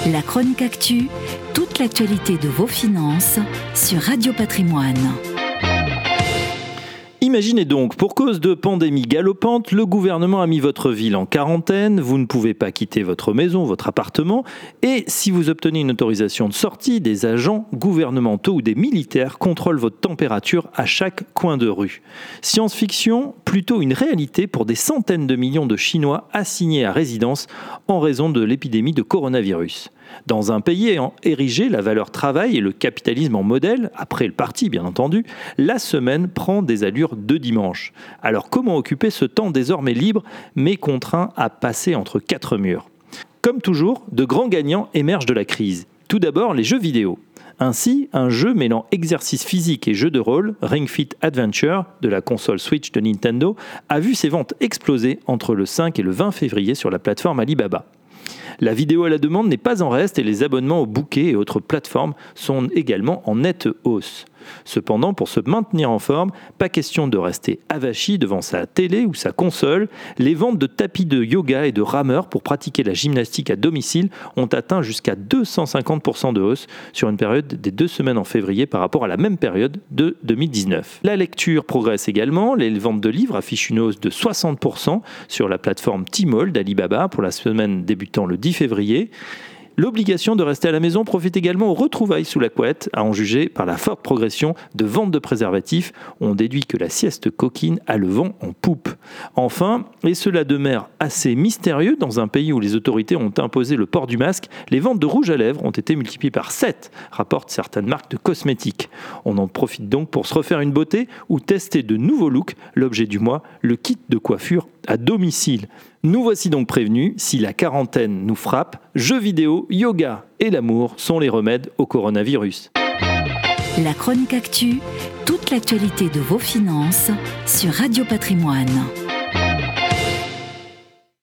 La chronique actu, toute l'actualité de vos finances sur Radio Patrimoine. Imaginez donc, pour cause de pandémie galopante, le gouvernement a mis votre ville en quarantaine, vous ne pouvez pas quitter votre maison, votre appartement, et si vous obtenez une autorisation de sortie, des agents gouvernementaux ou des militaires contrôlent votre température à chaque coin de rue. Science-fiction, plutôt une réalité pour des centaines de millions de Chinois assignés à résidence en raison de l'épidémie de coronavirus. Dans un pays ayant érigé la valeur travail et le capitalisme en modèle, après le parti bien entendu, la semaine prend des allures de dimanche. Alors comment occuper ce temps désormais libre mais contraint à passer entre quatre murs ? Comme toujours, de grands gagnants émergent de la crise. Tout d'abord, les jeux vidéo. Ainsi, un jeu mêlant exercice physique et jeu de rôle, Ring Fit Adventure, de la console Switch de Nintendo, a vu ses ventes exploser entre le 5 et le 20 février sur la plateforme Alibaba. La vidéo à la demande n'est pas en reste et les abonnements aux bouquets et autres plateformes sont également en nette hausse. Cependant, pour se maintenir en forme, pas question de rester avachi devant sa télé ou sa console. Les ventes de tapis de yoga et de rameurs pour pratiquer la gymnastique à domicile ont atteint jusqu'à 250% de hausse sur une période des 2 semaines en février par rapport à la même période de 2019. La lecture progresse également. Les ventes de livres affichent une hausse de 60% sur la plateforme Tmall d'Alibaba pour la semaine débutant le 10 février. L'obligation de rester à la maison profite également aux retrouvailles sous la couette, à en juger par la forte progression de vente de préservatifs. On déduit que la sieste coquine a le vent en poupe. Enfin, et cela demeure assez mystérieux, dans un pays où les autorités ont imposé le port du masque, les ventes de rouge à lèvres ont été multipliées par 7, rapportent certaines marques de cosmétiques. On en profite donc pour se refaire une beauté ou tester de nouveaux looks, l'objet du mois, le kit de coiffure à domicile. Nous voici donc prévenus, si la quarantaine nous frappe, jeux vidéo, yoga et l'amour sont les remèdes au coronavirus. La chronique actu, toute l'actualité de vos finances sur Radio Patrimoine.